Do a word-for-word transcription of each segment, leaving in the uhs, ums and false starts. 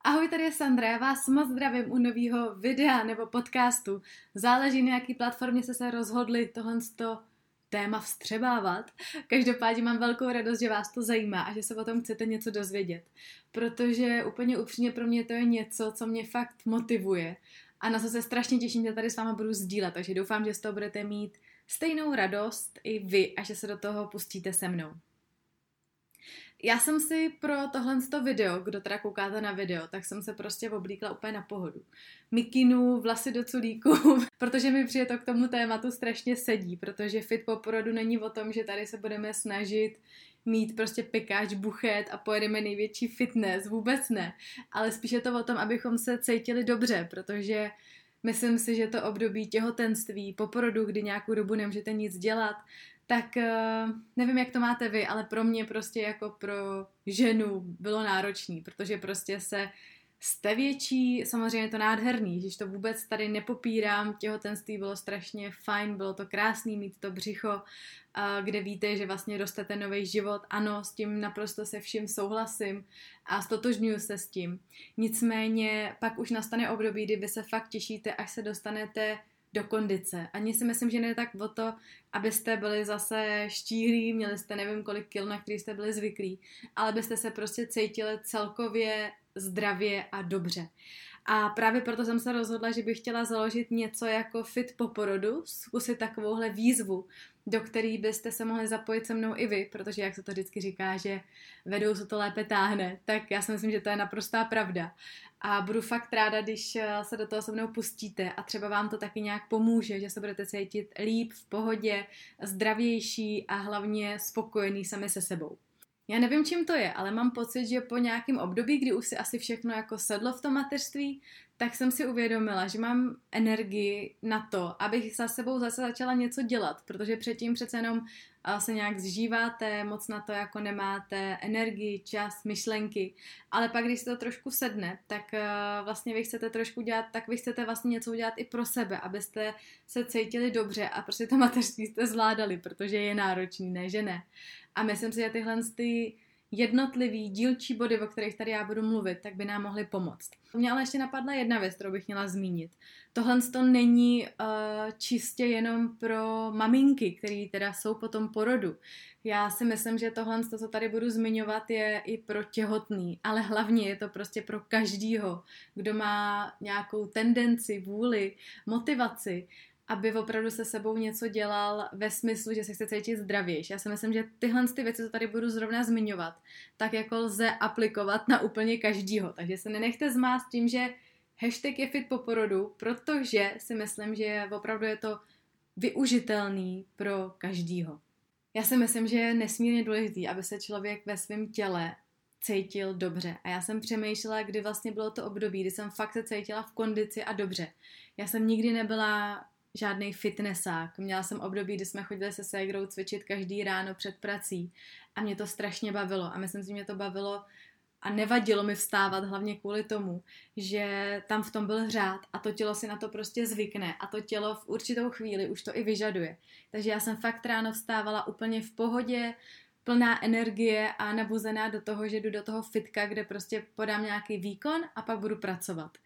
Ahoj, tady je Sandra, já vás moc zdravím u nového videa nebo podcastu. Záleží, na jaký platformě jste se rozhodli tohle téma vstřebávat. Každopádně mám velkou radost, že vás to zajímá a že se o tom chcete něco dozvědět. Protože úplně upřímně pro mě to je něco, co mě fakt motivuje a na co se strašně těším, že tady s váma budu sdílet. Takže doufám, že z toho budete mít stejnou radost i vy a že se do toho pustíte se mnou. Já jsem si pro tohle video, kdo teda koukáte na video, tak jsem se prostě oblíkla úplně na pohodu. Mikinu, vlasy do culíku, protože mi přijde to k tomu tématu strašně sedí, protože fit po porodu není o tom, že tady se budeme snažit mít prostě pekáč, buchet a pojedeme největší fitness, vůbec ne, ale spíš je to o tom, abychom se cítili dobře, protože myslím si, že to období těhotenství, po porodu, kdy nějakou dobu nemůžete nic dělat, tak nevím, jak to máte vy, ale pro mě prostě jako pro ženu bylo náročný, protože prostě se jste větší, samozřejmě je to nádherný, že to vůbec tady nepopírám, těhotenství bylo strašně fajn, bylo to krásný mít to břicho, kde víte, že vlastně rostete nový život, ano, s tím naprosto se vším souhlasím a stotožňuju se s tím. Nicméně pak už nastane období, kdy vy se fakt těšíte, až se dostanete do kondice. Ani si myslím, že nejde tak o to, abyste byli zase štíhlí, měli jste nevím kolik kil, na který jste byli zvyklí, ale byste se prostě cítili celkově zdravě a dobře. A právě proto jsem se rozhodla, že bych chtěla založit něco jako fit po porodu, zkusit takovouhle výzvu, do který byste se mohli zapojit se mnou i vy, protože jak se to vždycky říká, že vedou se to lépe táhne, tak já si myslím, že to je naprostá pravda. A budu fakt ráda, když se do toho se mnou pustíte a třeba vám to taky nějak pomůže, že se budete cítit líp, v pohodě, zdravější a hlavně spokojený sami se sebou. Já nevím, čím to je, ale mám pocit, že po nějakém období, kdy už si asi všechno jako sedlo v tom mateřství, tak jsem si uvědomila, že mám energii na to, abych za sebou zase začala něco dělat, protože předtím přece jenom se nějak zžíváte, moc na to jako nemáte energii, čas, myšlenky, ale pak, když se to trošku sedne, tak vlastně vy chcete trošku dělat, tak vy chcete vlastně něco udělat i pro sebe, abyste se cítili dobře a prostě to mateřství jste zvládali, protože je náročný, ne, že ne. A myslím si, že tyhle ty jednotlivý dílčí body, o kterých tady já budu mluvit, tak by nám mohly pomoct. Mě ale ještě napadla jedna věc, kterou bych měla zmínit. Tohle to není uh, čistě jenom pro maminky, které teda jsou po tom porodu. Já si myslím, že tohle, co tady budu zmiňovat, je i pro těhotný, ale hlavně je to prostě pro každýho, kdo má nějakou tendenci, vůli, motivaci, aby opravdu se sebou něco dělal ve smyslu, že se chce cítit zdravější. Já si myslím, že tyhle ty věci, co tady budu zrovna zmiňovat, tak jako lze aplikovat na úplně každýho. Takže se nenechte zmást tím, že hashtag je fit po porodu, protože si myslím, že opravdu je to využitelný pro každýho. Já si myslím, že je nesmírně důležitý, aby se člověk ve svém těle cítil dobře. A já jsem přemýšlela, kdy vlastně bylo to období, kdy jsem fakt se cítila v kondici a dobře. Já jsem nikdy nebyla žádnej fitnessák. Měla jsem období, kdy jsme chodili se ségrou cvičit každý ráno před prací a mě to strašně bavilo a myslím si, že mě to bavilo a nevadilo mi vstávat hlavně kvůli tomu, že tam v tom byl řád a to tělo si na to prostě zvykne a to tělo v určitou chvíli už to i vyžaduje. Takže já jsem fakt ráno vstávala úplně v pohodě, plná energie a nabuzená do toho, že jdu do toho fitka, kde prostě podám nějaký výkon a pak budu pracovat.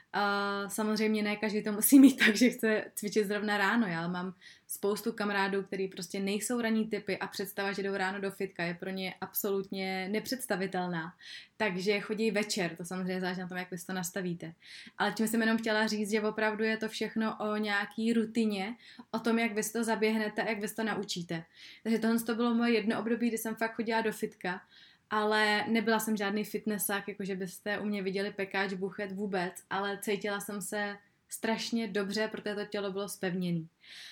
Uh, samozřejmě ne každý to musí mít tak, že chce cvičit zrovna ráno. Já mám spoustu kamarádů, který prostě nejsou ranní typy a představa, že jdou ráno do fitka, je pro ně absolutně nepředstavitelná. Takže chodí večer, to samozřejmě záleží na tom, jak vy to nastavíte. Ale tím jsem jenom chtěla říct, že opravdu je to všechno o nějaký rutině, o tom, jak vy to zaběhnete a jak vy to naučíte. Takže tohle to bylo moje jedno období, kdy jsem fakt chodila do fitka, ale nebyla jsem žádný fitnessák, jakože byste u mě viděli pekáč, buchet vůbec, ale cítila jsem se strašně dobře, protože to tělo bylo zpevněné.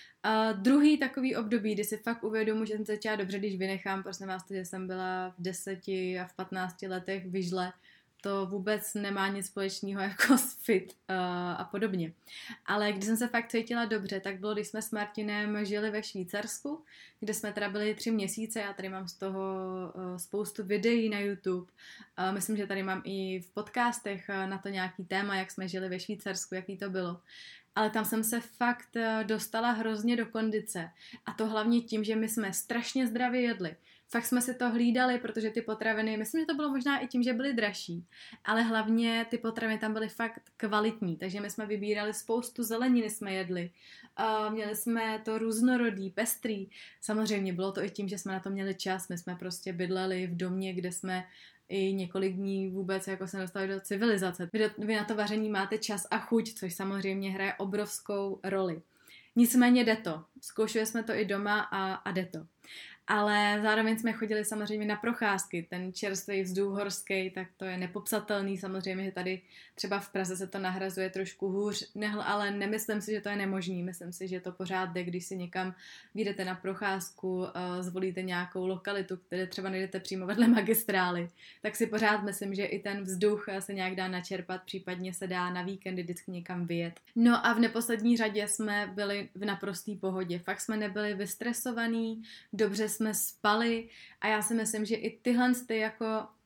Uh, druhý takový období, kdy si fakt uvědomuji, že jsem se cítila dobře, když vynechám, prostě vás to, že jsem byla v deseti a v patnácti letech vyžle, to vůbec nemá nic společného jako s fit uh, a podobně. Ale když jsem se fakt cítila dobře, tak bylo, když jsme s Martinem žili ve Švýcarsku, kde jsme teda byli tři měsíce, já tady mám z toho uh, spoustu videí na YouTube, uh, myslím, že tady mám i v podcastech uh, na to nějaký téma, jak jsme žili ve Švýcarsku, jaký to bylo. Ale tam jsem se fakt dostala hrozně do kondice. A to hlavně tím, že my jsme strašně zdravě jedli. Fakt jsme si to hlídali, protože ty potraviny, myslím, že to bylo možná i tím, že byly dražší, ale hlavně ty potraviny tam byly fakt kvalitní, takže my jsme vybírali spoustu zeleniny, jsme jedli. Uh, měli jsme to různorodý, pestrý. Samozřejmě bylo to i tím, že jsme na to měli čas, my jsme prostě bydleli v domě, kde jsme i několik dní vůbec jako se dostali do civilizace. Vy, do, vy na to vaření máte čas a chuť, což samozřejmě hraje obrovskou roli. Nicméně jde to. Zkoušeli jsme to i doma a, a jde to. Ale zároveň jsme chodili samozřejmě na procházky. Ten čerstvý vzduch horský, tak to je nepopsatelný. Samozřejmě, že tady třeba v Praze se to nahrazuje trošku hůř, nehl, ale nemyslím si, že to je nemožný. Myslím si, že to pořád jde, když si někam vyjdete na procházku, zvolíte nějakou lokalitu, které třeba nejdete přímo vedle magistrály, tak si pořád myslím, že i ten vzduch se nějak dá načerpat, případně se dá na víkendy vždycky někam vyjet. No a v neposlední řadě jsme byli v naprosté pohodě. Fakt jsme nebyli vystresovaní, dobře jsme spali a já si myslím, že i tyhle ty jako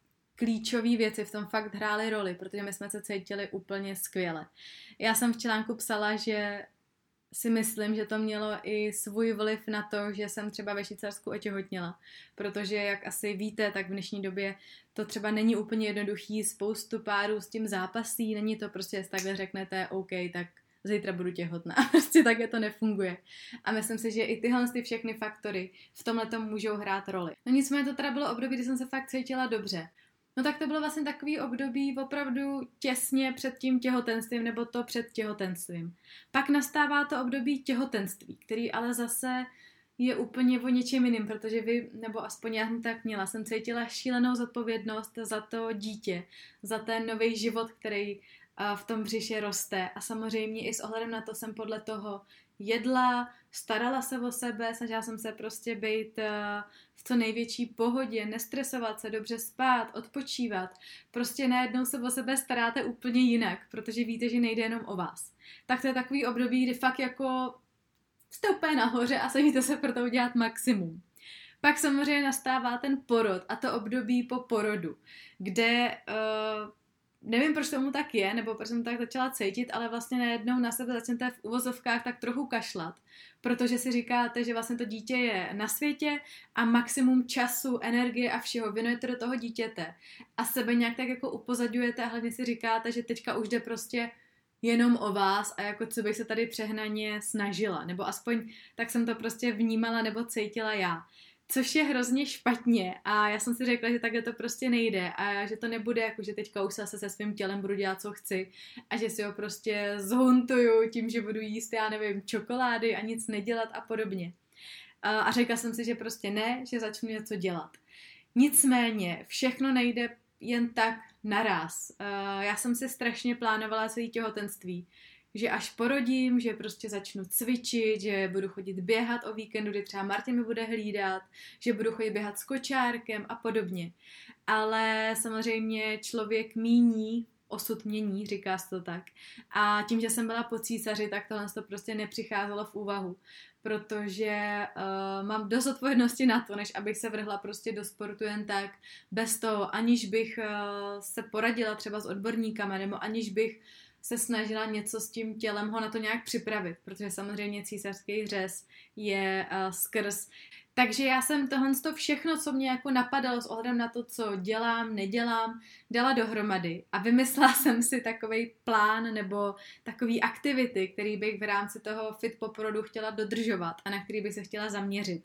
klíčové věci v tom fakt hrály roli, protože my jsme se cítili úplně skvěle. Já jsem v článku psala, že si myslím, že to mělo i svůj vliv na to, že jsem třeba ve Švýcarsku otěhotněla, protože jak asi víte, tak v dnešní době to třeba není úplně jednoduchý, spoustu párů s tím zápasí, není to prostě, jestli takhle řeknete, OK, tak zítra budu těhotná. Prostě takhle to nefunguje. A myslím si, že i tyhle ty všechny faktory v tomhletom můžou hrát roli. No nicméně to teda bylo období, kdy jsem se fakt cítila dobře. No tak to bylo vlastně takový období opravdu těsně před tím těhotenstvím, nebo to před těhotenstvím. Pak nastává to období těhotenství, který ale zase je úplně o něčem jiným, protože vy, nebo aspoň já jsem tak měla, jsem cítila šílenou zodpovědnost za to dítě, za ten nový život, který v tom břiše roste a samozřejmě i s ohledem na to jsem podle toho jedla, starala se o sebe, snažila jsem se prostě být v co největší pohodě, nestresovat se, dobře spát, odpočívat. Prostě najednou se o sebe staráte úplně jinak, protože víte, že nejde jenom o vás. Tak to je takový období, kdy fakt jako jste úplně nahoře a snažíte se pro to udělat maximum. Pak samozřejmě nastává ten porod a to období po porodu, kde uh, nevím, proč tomu tak je, nebo proč jsem tak začala cítit, ale vlastně najednou na sebe začnete v uvozovkách tak trochu kašlat, protože si říkáte, že vlastně to dítě je na světě a maximum času, energie a všeho věnujete do toho dítěte a sebe nějak tak jako upozadňujete a hlavně si říkáte, že teďka už jde prostě jenom o vás a jako co bych se tady přehnaně snažila, nebo aspoň tak jsem to prostě vnímala nebo cítila já. Což je hrozně špatně a já jsem si řekla, že takhle to prostě nejde a že to nebude jako, že teďka už se se svým tělem budu dělat, co chci a že si ho prostě zhuntuju tím, že budu jíst, já nevím, čokolády a nic nedělat a podobně. A řekla jsem si, že prostě ne, že začnu něco dělat. Nicméně všechno nejde jen tak naraz. Já jsem si strašně plánovala své těhotenství, že až porodím, že prostě začnu cvičit, že budu chodit běhat o víkendu, kdy třeba Martin mi bude hlídat, že budu chodit běhat s kočárkem a podobně. Ale samozřejmě člověk míní, osud mění, říká se to tak. A tím, že jsem byla po císaři, tak tohle to prostě nepřicházelo v úvahu, protože uh, mám dost odpovědnosti na to, než abych se vrhla prostě do sportu jen tak, bez toho, aniž bych uh, se poradila třeba s odborníkama, nebo aniž bych se snažila něco s tím tělem ho na to nějak připravit, protože samozřejmě císařský řez je uh, skrz. Takže já jsem tohle všechno, co mě jako napadalo s ohledem na to, co dělám, nedělám, dala dohromady a vymyslela jsem si takovej plán nebo takový aktivity, který bych v rámci toho fit po porodu chtěla dodržovat a na který bych se chtěla zaměřit.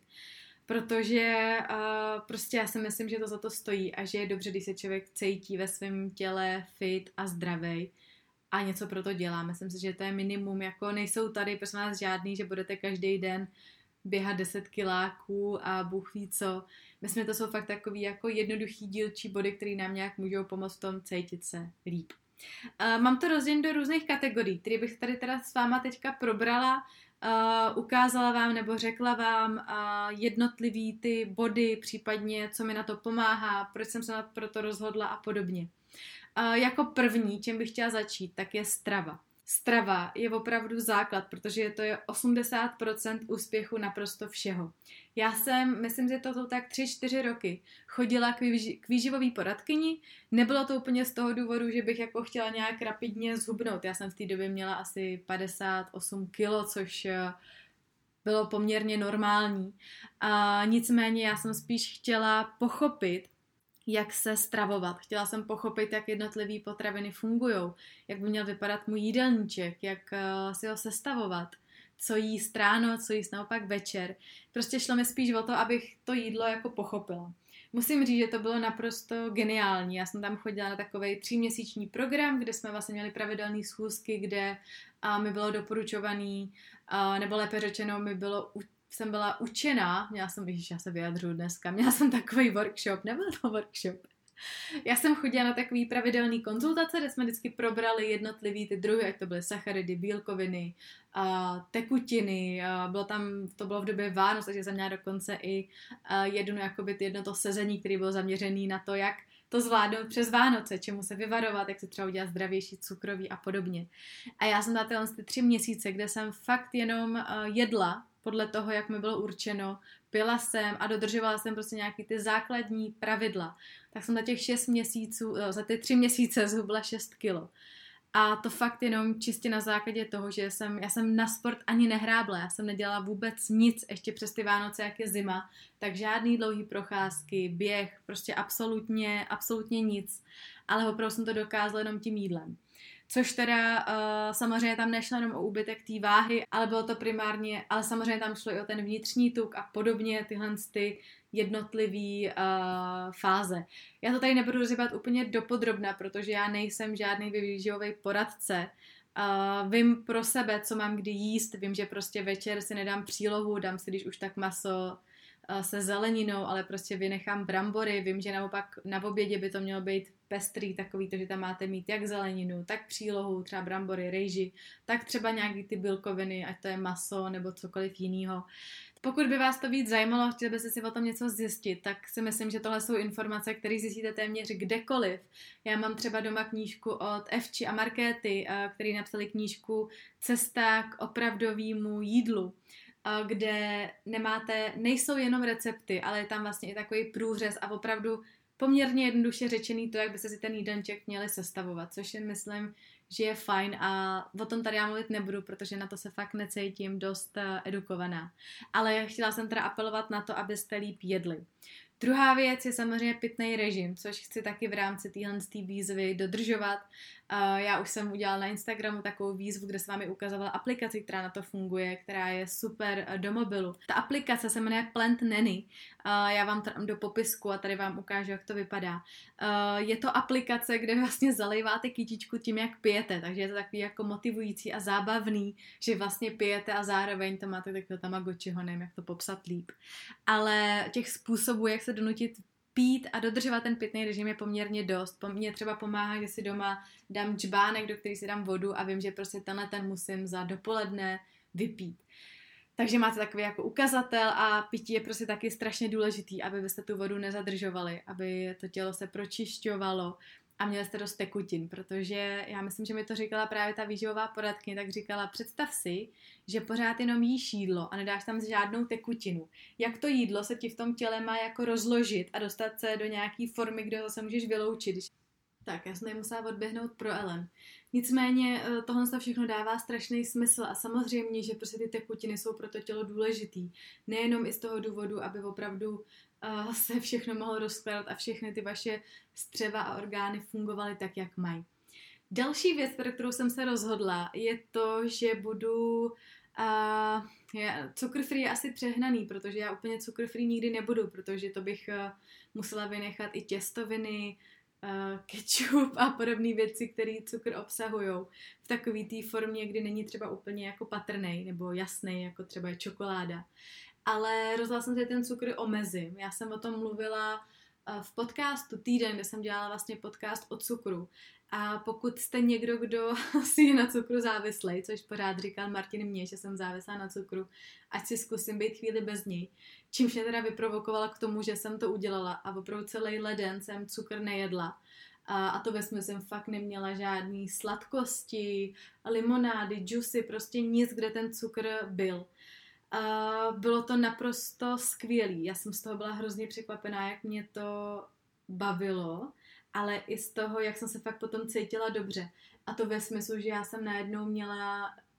Protože uh, prostě já si myslím, že to za to stojí a že je dobře, když se člověk cítí ve svém těle fit a zdravej a něco pro to dělá. Myslím si, že to je minimum, jako nejsou tady prosím vás žádný, že budete každý den běhat deset kiláků a Bůh ví co. Myslím, že to jsou fakt takový jako jednoduchý dílčí body, které nám nějak můžou pomoct v tom cítit se líp. Uh, mám to rozdělen do různých kategorií, které bych tady teda s váma teďka probrala, uh, ukázala vám nebo řekla vám uh, jednotlivý ty body, případně co mi na to pomáhá, proč jsem se na pro to rozhodla a podobně. Uh, jako první, čím bych chtěla začít, tak je strava. Strava je opravdu základ, protože to je osmdesát procent úspěchu naprosto všeho. Já jsem, myslím, že to jsou tak tři čtyři roky, chodila k, výži- k výživový poradkyni. Nebylo to úplně z toho důvodu, že bych jako chtěla nějak rapidně zhubnout. Já jsem v té době měla asi padesát osm kilo, což bylo poměrně normální. A nicméně já jsem spíš chtěla pochopit, jak se stravovat. Chtěla jsem pochopit, jak jednotlivé potraviny fungují, jak by měl vypadat můj jídelníček, jak uh, si ho sestavovat, co jíst ráno, co jíst naopak večer. Prostě šlo mi spíš o to, abych to jídlo jako pochopila. Musím říct, že to bylo naprosto geniální. Já jsem tam chodila na takovej tříměsíční program, kde jsme vlastně měli pravidelné schůzky, kde uh, mi bylo doporučovaný, uh, nebo lépe řečeno, mi bylo u jsem byla učená, měla jsem, víš, já se vyjadřuju dneska, měla jsem takový workshop, nebyl to workshop. Já jsem chodila na takový pravidelný konzultace, kde jsme vždycky probrali jednotlivý ty druhy, ať to byly sacharidy, bílkoviny, a tekutiny, a bylo tam, to bylo v době Vánoc, takže jsem měla dokonce i jedno, jakoby jedno to sezení, který byl zaměřený na to, jak to zvládnout přes Vánoce, čemu se vyvarovat, jak se třeba udělat zdravější cukroví a podobně. A já jsem na tyhle ty tři měsíce, kde jsem fakt jenom jedla podle toho, jak mi bylo určeno, pila jsem a dodržovala jsem prostě nějaký ty základní pravidla. Tak jsem za těch šest měsíců, za ty tři měsíce zhubla šest kilo. A to fakt jenom čistě na základě toho, že jsem, já jsem na sport ani nehrábla, já jsem nedělala vůbec nic, ještě přes ty Vánoce, jak je zima, tak žádný dlouhý procházky, běh, prostě absolutně, absolutně nic, ale opravdu jsem to dokázala jenom tím jídlem. Což teda uh, samozřejmě tam nešlo jenom o úbytek té váhy, ale bylo to primárně, ale samozřejmě tam šlo i o ten vnitřní tuk a podobně tyhle ty jednotlivý uh, fáze. Já to tady nebudu rozjíbat úplně dopodrobna, protože já nejsem žádný výživový poradce. Uh, vím pro sebe, co mám kdy jíst, vím, že prostě večer si nedám přílohu, dám si když už tak maso uh, se zeleninou, ale prostě vynechám brambory, vím, že naopak na obědě by to mělo být pestrý, takový to, že tam máte mít jak zeleninu, tak přílohu, třeba brambory, rejži, tak třeba nějaký ty bílkoviny, ať to je maso nebo cokoliv jiného. Pokud by vás to víc zajímalo a chtěli byste si o tom něco zjistit, tak si myslím, že tohle jsou informace, které zjistíte téměř kdekoliv. Já mám třeba doma knížku od Evči a Markéty, který napsali knížku Cesta k opravdovému jídlu, kde nemáte, nejsou jenom recepty, ale je tam vlastně i takový průřez a opravdu poměrně jednoduše řečený to, jak byste si ten jídelníček měli sestavovat, což si myslím, že je fajn a o tom tady já mluvit nebudu, protože na to se fakt necítím dost edukovaná. Ale chtěla jsem teda apelovat na to, abyste líp jedli. Druhá věc je samozřejmě pitný režim, což chci taky v rámci téhle výzvy dodržovat. Já už jsem udělala na Instagramu takovou výzvu, kde se vám ukazovala aplikaci, která na to funguje, která je super do mobilu. Ta aplikace se jmenuje Plant Nanny. Já vám to dám do popisku a tady vám ukážu, jak to vypadá. Je to aplikace, kde vlastně zalejváte kytičku tím, jak pijete, takže je to takový jako motivující a zábavný, že vlastně pijete a zároveň to máte takového tamagotchiho, nevím, jak to popsat líp. Ale těch způsobů, jak se donutit pít a dodržovat ten pitný režim je poměrně dost. Mně třeba pomáhá, že si doma dám džbánek, do který si dám vodu a vím, že prostě tenhle ten musím za dopoledne vypít. Takže máte takový jako ukazatel a pití je prostě taky strašně důležitý, aby byste tu vodu nezadržovali, aby to tělo se pročišťovalo a měli jste dost tekutin, protože já myslím, že mi to říkala právě ta výživová poradkyně, tak říkala, představ si, že pořád jenom jíš jídlo a nedáš tam žádnou tekutinu. Jak to jídlo se ti v tom těle má jako rozložit a dostat se do nějaký formy, kde ho se můžeš vyloučit. Tak, já jsem tady musela odběhnout pro Ellen. Nicméně tohle všechno dává strašný smysl a samozřejmě, že prostě ty tekutiny jsou pro to tělo důležitý. Nejenom i z toho důvodu, aby opravdu uh, se všechno mohlo rozkládat a všechny ty vaše střeva a orgány fungovaly tak, jak mají. Další věc, pro kterou jsem se rozhodla, je to, že budu... Uh, je, cukr free je asi přehnaný, protože já úplně cukr free nikdy nebudu, protože to bych uh, musela vynechat i těstoviny, Uh, kečup a podobné věci, které cukr obsahují v takové té formě, kdy není třeba úplně jako patrnej nebo jasný, jako třeba je čokoláda. Ale rozhodla jsem se, že ten cukr omezím. Já jsem o tom mluvila uh, v podcastu Týden, kde jsem dělala vlastně podcast o cukru. A pokud jste někdo, kdo si je na cukru závislej, což pořád říkal Martin mě, že jsem závislá na cukru, ať si zkusím být chvíli bez něj. Čímž mě teda vyprovokovala k tomu, že jsem to udělala a opravdu celý leden jsem cukr nejedla. A, a to ve smyslu jsem fakt neměla žádný sladkosti, limonády, džusy, prostě nic, kde ten cukr byl. A bylo to naprosto skvělý. Já jsem z toho byla hrozně překvapená, jak mě to bavilo, ale i z toho, jak jsem se fakt potom cítila dobře. A to ve smyslu, že já jsem najednou měla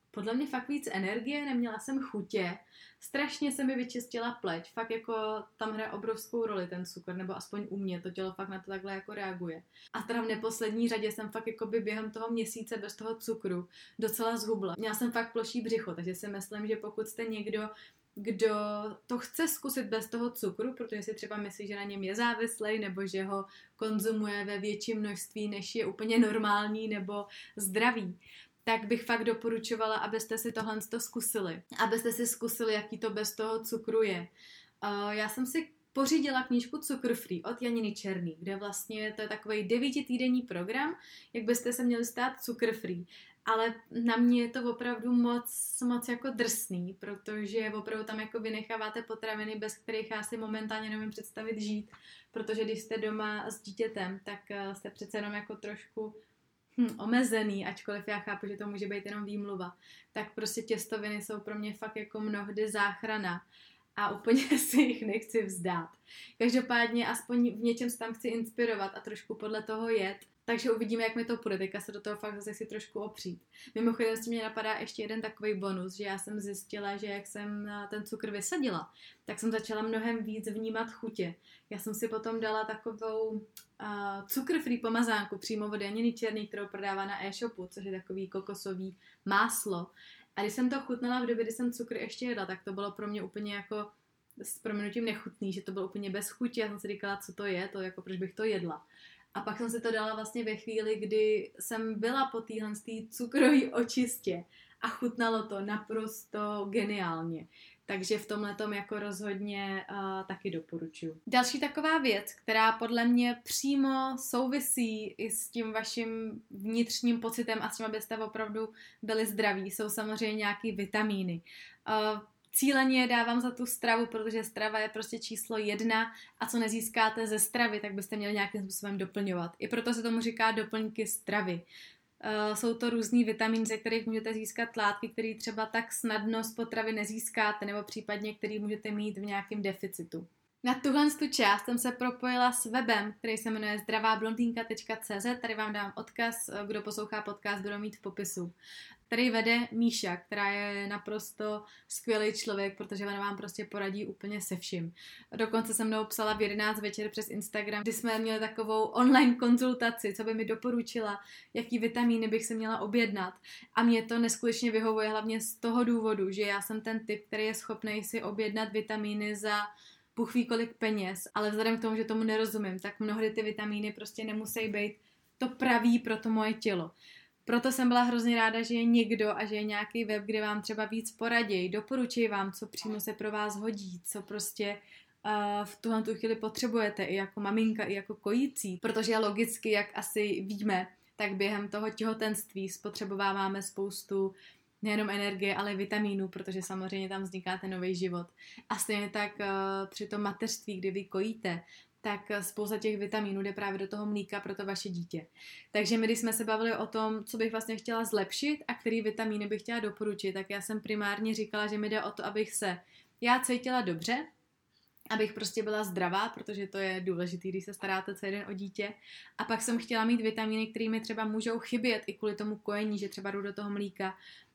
Podle mě fakt víc energie, neměla jsem chutě, strašně se mi vyčistila pleť, fakt jako tam hraje obrovskou roli ten cukr, nebo aspoň u mě, to tělo fakt na to takhle jako reaguje. A teda v neposlední řadě jsem fakt jako by během toho měsíce bez toho cukru docela zhubla. Měla jsem fakt ploší břicho, takže si myslím, že pokud jste někdo, kdo to chce zkusit bez toho cukru, protože si třeba myslí, že na něm je závislej, nebo že ho konzumuje ve větším množství, než je úplně normální nebo zdravý, tak bych fakt doporučovala, abyste si tohle zkusili. Abyste si zkusili, jaký to bez toho cukru je. Uh, já jsem si pořídila knížku Cukr Free od Janiny Černý, kde vlastně to je takový devítitýdenní program, jak byste se měli stát cukr free. Ale na mě je to opravdu moc, moc jako drsný, protože opravdu tam jako vynecháváte potraviny, bez kterých já si momentálně nevím představit žít, protože když jste doma s dítětem, tak jste přece jenom jako trošku hm, omezený, ačkoliv já chápu, že to může být jenom výmluva. Tak prostě těstoviny jsou pro mě fakt jako mnohdy záchrana a úplně si jich nechci vzdát. Každopádně aspoň v něčem se tam chci inspirovat a trošku podle toho jet. Takže uvidíme, jak mi to půjde, teďka se do toho fakt zase si trošku opřít. Mimochodem s tím mě napadá ještě jeden takový bonus, že já jsem zjistila, že jak jsem ten cukr vysadila, tak jsem začala mnohem víc vnímat chutě. Já jsem si potom dala takovou uh, cukr-free pomazánku přímo od Janiny Černý, kterou prodává na e-shopu, což je takový kokosový máslo. A když jsem to chutnala v době, kdy jsem cukr ještě jedla, tak to bylo pro mě úplně jako s prominutím nechutný, že to bylo úplně bez chutě. Já jsem si říkala, co to je, to jako proč bych to jedla. A pak jsem si to dala vlastně ve chvíli, kdy jsem byla po téhle cukrové očistě a chutnalo to naprosto geniálně. Takže v tomhletom jako rozhodně uh, taky doporučuji. Další taková věc, která podle mě přímo souvisí i s tím vaším vnitřním pocitem a s tím, abyste opravdu byli zdraví, jsou samozřejmě nějaký vitamíny. Uh, Cíleně je dávám za tu stravu, protože strava je prostě číslo jedna a co nezískáte ze stravy, tak byste měli nějakým způsobem doplňovat. I proto se tomu říká doplňky stravy. Uh, jsou to různý vitamíny, ze kterých můžete získat látky, které třeba tak snadno z potravy nezískáte, nebo případně který můžete mít v nějakém deficitu. Na tuhle tu část jsem se propojila s webem, který se jmenuje zdraváblondýnka tečka cé zet. Tady vám dám odkaz, kdo poslouchá podcast, budou mít v popisu. Tady vede Míša, která je naprosto skvělý člověk, protože ona vám prostě poradí úplně se vším. Dokonce se mnou psala v jedenáct večer přes Instagram, kdy jsme měli takovou online konzultaci, co by mi doporučila, jaký vitamíny bych se měla objednat. A mě to neskutečně vyhovuje hlavně z toho důvodu, že já jsem ten typ, který je schopný si objednat vitamíny za bůh ví kolik peněz, ale vzhledem k tomu, že tomu nerozumím, tak mnohdy ty vitamíny prostě nemusí být to pravý pro to moje tělo. Proto jsem byla hrozně ráda, že je někdo a že je nějaký web, kde vám třeba víc poradí, doporučuji vám, co přímo se pro vás hodí, co prostě uh, v tuhle tu chvíli potřebujete i jako maminka, i jako kojící, protože logicky, jak asi víme, tak během toho těhotenství spotřebováváme spoustu nejenom energie, ale i vitamínů, protože samozřejmě tam vzniká ten nový život. A stejně tak uh, při tom mateřství, kdy vy kojíte, tak spousta těch vitamínů jde právě do toho mlíka pro to vaše dítě. Takže my, když jsme se bavili o tom, co bych vlastně chtěla zlepšit a který vitamíny bych chtěla doporučit, tak já jsem primárně říkala, že mi jde o to, abych se já cítila dobře, abych prostě byla zdravá, protože to je důležité, když se staráte celý den o dítě. A pak jsem chtěla mít vitamíny, které mi třeba můžou chybět i kvůli tomu kojení, že třeba jdu do toho mlíka.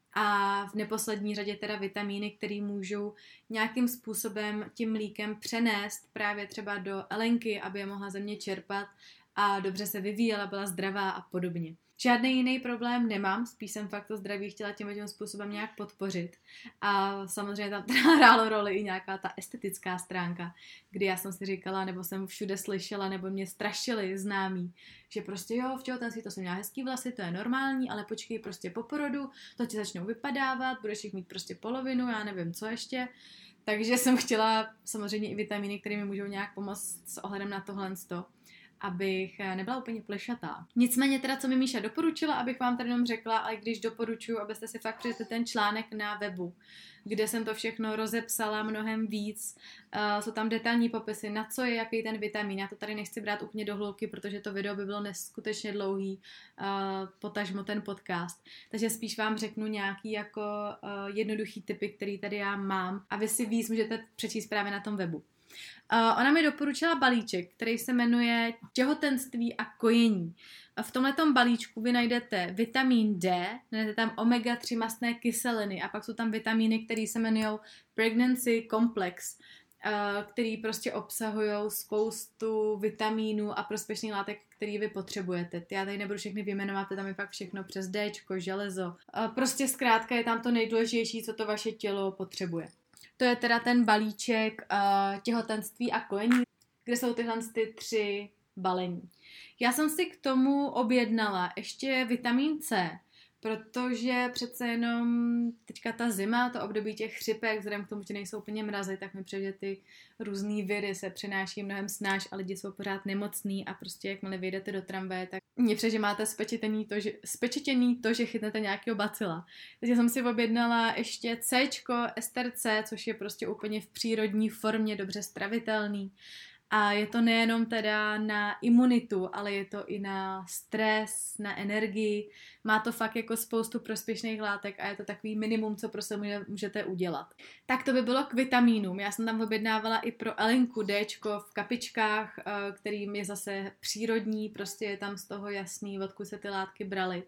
A v neposlední řadě teda vitamíny, které můžou nějakým způsobem tím mlíkem přenést právě třeba do Elenky, aby je mohla ze mě čerpat a dobře se vyvíjela, byla zdravá a podobně. Žádný jiný problém nemám, spíš jsem fakt to zdraví chtěla tím, tím způsobem nějak podpořit. A samozřejmě tam teda hrálo roli i nějaká ta estetická stránka, kdy já jsem si říkala, nebo jsem všude slyšela, nebo mě strašili známí, že prostě jo, v těhotenství to jsem měla hezký vlasy, to je normální, ale počkej prostě po porodu, to ti začnou vypadávat, budeš jich mít prostě polovinu, já nevím co ještě. Takže jsem chtěla samozřejmě i vitamíny, které mi můžou nějak pomoct s ohledem na tohle sto, abych nebyla úplně plešatá. Nicméně teda, co mi Míša doporučila, abych vám tady jenom řekla, ale když doporučuji, abyste si fakt přečetli ten článek na webu, kde jsem to všechno rozepsala mnohem víc. Uh, jsou tam detailní popisy, na co je jaký ten vitamin. Já to tady nechci brát úplně do hloubky, protože to video by bylo neskutečně dlouhý, uh, potažmo ten podcast. Takže spíš vám řeknu nějaký jako uh, jednoduchý tipy, který tady já mám a vy si víc můžete přečíst právě na tom webu. Uh, ona mi doporučila balíček, který se jmenuje Těhotenství a kojení. V tomhletom balíčku vy najdete vitamin D, najdete tam omega tři mastné kyseliny a pak jsou tam vitamíny, které se jmenují Pregnancy Complex, který prostě obsahují spoustu vitamínů a prospěšných látek, který vy potřebujete. Já tady nebudu všechny vyjmenovat, tam je fakt všechno přes Dčko, železo. Prostě zkrátka je tam to nejdůležitější, co to vaše tělo potřebuje. To je teda ten balíček uh, těhotenství a kojení, kde jsou tyhle ty tři balení. Já jsem si k tomu objednala ještě vitamin C, protože přece jenom teďka ta zima, to období těch chřipek, vzhledem k tomu, že nejsou úplně mrazy, tak mi přijde, že ty různý viry se přináší mnohem snáš a lidi jsou pořád nemocný a prostě jakmile vyjdete do tramvaje, tak mně přijde, že máte spečetěný to, že, spečetěný to, že chytnete nějakého bacila. Takže jsem si objednala ještě Cčko, ester C, což je prostě úplně v přírodní formě dobře stravitelný. A je to nejenom teda na imunitu, ale je to i na stres, na energii. Má to fakt jako spoustu prospěšných látek a je to takový minimum, co prostě můžete udělat. Tak to by bylo k vitamínům. Já jsem tam objednávala i pro Elinku Dčko v kapičkách, kterým je zase přírodní, prostě je tam z toho jasný, odkud se ty látky braly.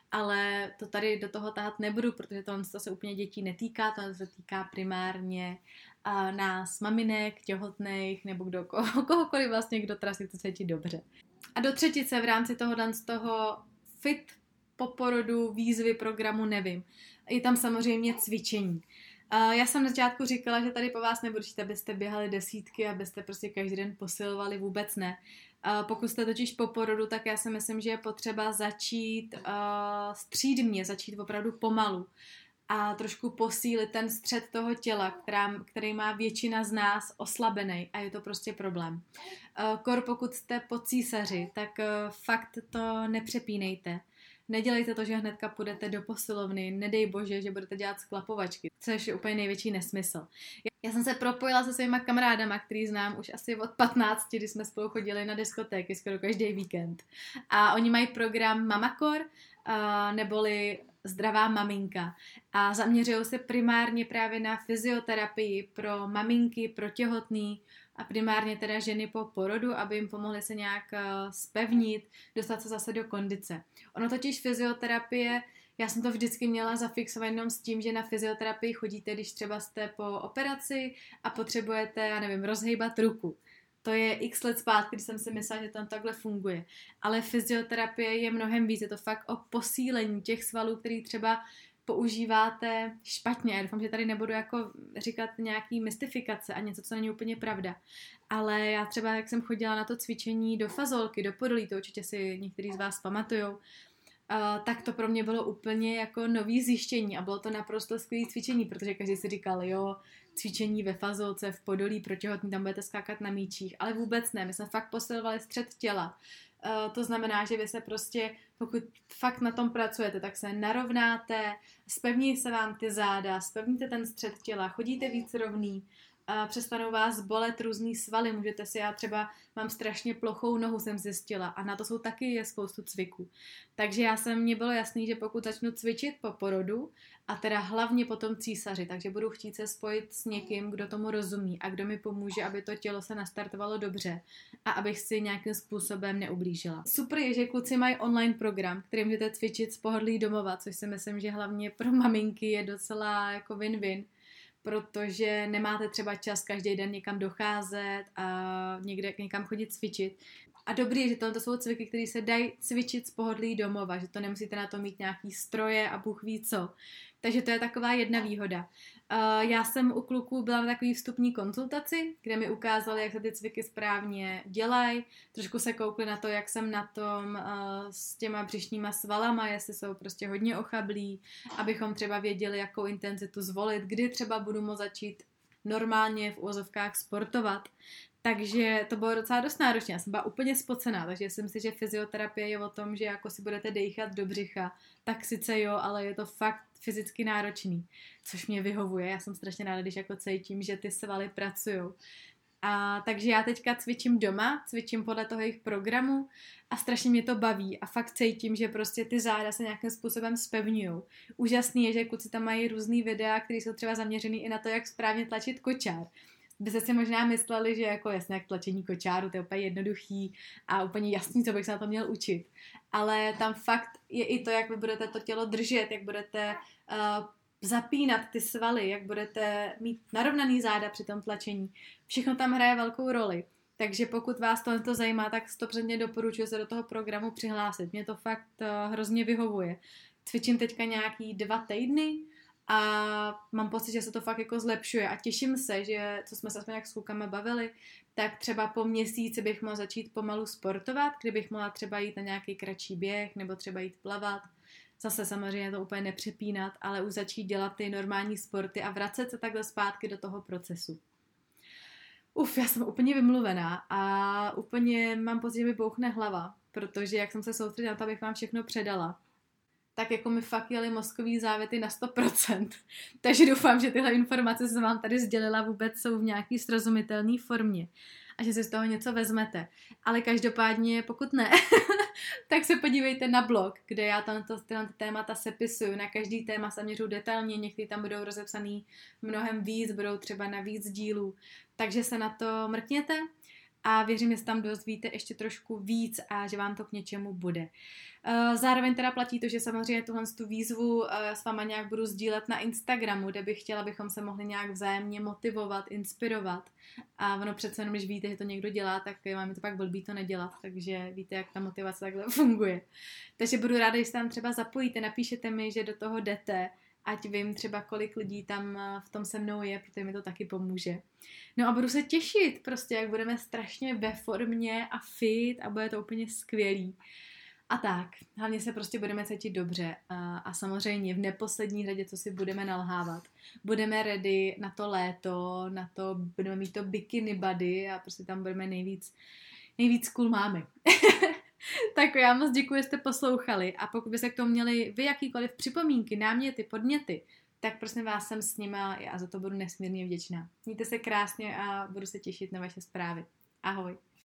Ale to tady do toho tahat nebudu, protože to se úplně dětí netýká, to se týká primárně a nás, maminek, těhotných, nebo kdo, koho, kohokoliv vlastně, kdo teda si to cítí dobře. A do třetice v rámci tohohle z toho fit po porodu výzvy programu nevím. Je tam samozřejmě cvičení. Já jsem na začátku říkala, že tady po vás nebudu chtít, abyste běhali desítky, abyste prostě každý den posilovali, vůbec ne. Pokud jste totiž po porodu, tak já si myslím, že je potřeba začít střídmě, začít opravdu pomalu a trošku posílit ten střed toho těla, která, který má většina z nás oslabený a je to prostě problém. Kor pokud jste po císaři, tak fakt to nepřepínejte. Nedělejte to, že hnedka půjdete do posilovny, nedej bože, že budete dělat sklapovačky, což je úplně největší nesmysl. Já jsem se propojila se svýma kamarádama, který znám už asi od patnácti, kdy jsme spolu chodili na diskotéky skoro každý víkend. A oni mají program Mamakor, neboli zdravá maminka. A zaměřují se primárně právě na fyzioterapii pro maminky, pro těhotný a primárně teda ženy po porodu, aby jim pomohly se nějak zpevnit, dostat se zase do kondice. Ono totiž fyzioterapie, já jsem to vždycky měla zafixovat jenom s tím, že na fyzioterapii chodíte, když třeba jste po operaci a potřebujete, já nevím, rozhejbat ruku. To je x let zpátky, když jsem si myslela, že tam takhle funguje. Ale fyzioterapie je mnohem víc, je to fakt o posílení těch svalů, který třeba používáte špatně. Já doufám, že tady nebudu jako říkat nějaký mystifikace a něco, co není úplně pravda. Ale já třeba, jak jsem chodila na to cvičení do fazolky, do podolí, to určitě si některý z vás pamatujou, Uh, tak to pro mě bylo úplně jako nový zjištění a bylo to naprosto skvělé cvičení, protože každý si říkal, jo, cvičení ve fazolce, v podolí, pro těhotný, tam budete skákat na míčích, ale vůbec ne, my jsme fakt posilovali střed těla. Uh, to znamená, že vy se prostě, pokud fakt na tom pracujete, tak se narovnáte, zpevní se vám ty záda, zpevníte ten střed těla, chodíte víc rovný, a přestanou vás bolet různý svaly, můžete si, já třeba mám strašně plochou nohu, jsem zjistila a na to jsou taky je spoustu cviků. Takže já jsem, mně bylo jasný, že pokud začnu cvičit po porodu a teda hlavně po tom císaři, takže budu chtít se spojit s někým, kdo tomu rozumí a kdo mi pomůže, aby to tělo se nastartovalo dobře a abych si nějakým způsobem neublížila. Super je, že kluci mají online program, který můžete cvičit z pohodlí domova, což si myslím, že hlavně pro maminky je docela jako win-win, protože nemáte třeba čas každý den někam docházet a někde někam chodit cvičit. A dobrý je, že tohle jsou cviky, které se dají cvičit z pohodlí domova, že to nemusíte na to mít nějaký stroje a bůh ví co. Takže to je taková jedna výhoda. Uh, já jsem u kluků byla na takový vstupní konzultaci, kde mi ukázali, jak se ty cviky správně dělají. Trošku se koukli na to, jak jsem na tom uh, s těma břišníma svalama, jestli jsou prostě hodně ochablí, abychom třeba věděli, jakou intenzitu zvolit, kdy třeba budu moct začít normálně v úvozovkách sportovat. Takže to bylo docela dost náročné. Já jsem byla úplně spocená, takže si myslím, že fyzioterapie je o tom, že jako si budete dejchat do břicha, tak sice jo, ale je to fakt fyzicky náročný, což mě vyhovuje. Já jsem strašně ráda, když jako cítím, že ty svaly pracujou. A takže já teďka cvičím doma, cvičím podle toho jejich programu a strašně mě to baví a fakt cítím, že prostě ty záda se nějakým způsobem zpevňujou. Úžasný je, že kluci tam mají různý videa, které jsou třeba zaměřený i na to, jak správně tlačit kočár. byste si možná mysleli, že jako jasně jak tlačení kočáru, to je úplně jednoduchý a úplně jasný, co bych se na to měl učit. Ale tam fakt je i to, jak vy budete to tělo držet, jak budete uh, zapínat ty svaly, jak budete mít narovnaný záda při tom tlačení. Všechno tam hraje velkou roli. Takže pokud vás tohle zajímá, tak stoprocentně doporučuji se do toho programu přihlásit. Mě to fakt uh, hrozně vyhovuje. Cvičím teďka nějaký dva týdny a mám pocit, že se to fakt jako zlepšuje a těším se, že co jsme se aspoň jak s klukama bavili, tak třeba po měsíci bych mohla začít pomalu sportovat, kdybych mohla třeba jít na nějaký kratší běh nebo třeba jít plavat. Zase samozřejmě to úplně nepřepínat, ale už začít dělat ty normální sporty a vracet se takhle zpátky do toho procesu. Uf, já jsem úplně vymluvená a úplně mám pocit, že mi bouchne hlava, protože jak jsem se soustředila na to, abych vám všechno předala, tak jako mi fakt jeli mozkový závěty na sto procent. Takže doufám, že tyhle informace jsem vám tady sdělila vůbec jsou v nějaký srozumitelné formě a že si z toho něco vezmete. Ale každopádně, pokud ne, tak se podívejte na blog, kde já tato, tyhle témata sepisuju. Na každý téma se měřu detailně, někdy tam budou rozepsaný mnohem víc, budou třeba na víc dílů. Takže se na to mrkněte a věřím, že se tam dozvíte ještě trošku víc a že vám to k něčemu bude. Zároveň teda platí to, že samozřejmě tuhle tu výzvu s váma nějak budu sdílet na Instagramu, kde bych chtěla, abychom se mohli nějak vzájemně motivovat, inspirovat. A ono přece jenom, když víte, že to někdo dělá, tak vám to pak blbý to nedělat, takže víte, jak ta motivace takhle funguje. Takže budu ráda, když se tam třeba zapojíte, napíšete mi, že do toho jdete, ať vím třeba, kolik lidí tam v tom se mnou je, protože mi to taky pomůže. No a budu se těšit, prostě jak budeme strašně ve formě a fit a bude to úplně skvělý. A tak, hlavně se prostě budeme cítit dobře a, a samozřejmě v neposlední řadě, co si budeme nalhávat. Budeme ready na to léto, na to, budeme mít to bikini body a prostě tam budeme nejvíc, nejvíc cool mámy. Tak já moc děkuji, že jste poslouchali a pokud byste k tomu měli vy jakýkoliv připomínky, náměty, podněty, tak prosím vás jsem s nima a za to budu nesmírně vděčná. Mějte se krásně a budu se těšit na vaše zprávy. Ahoj.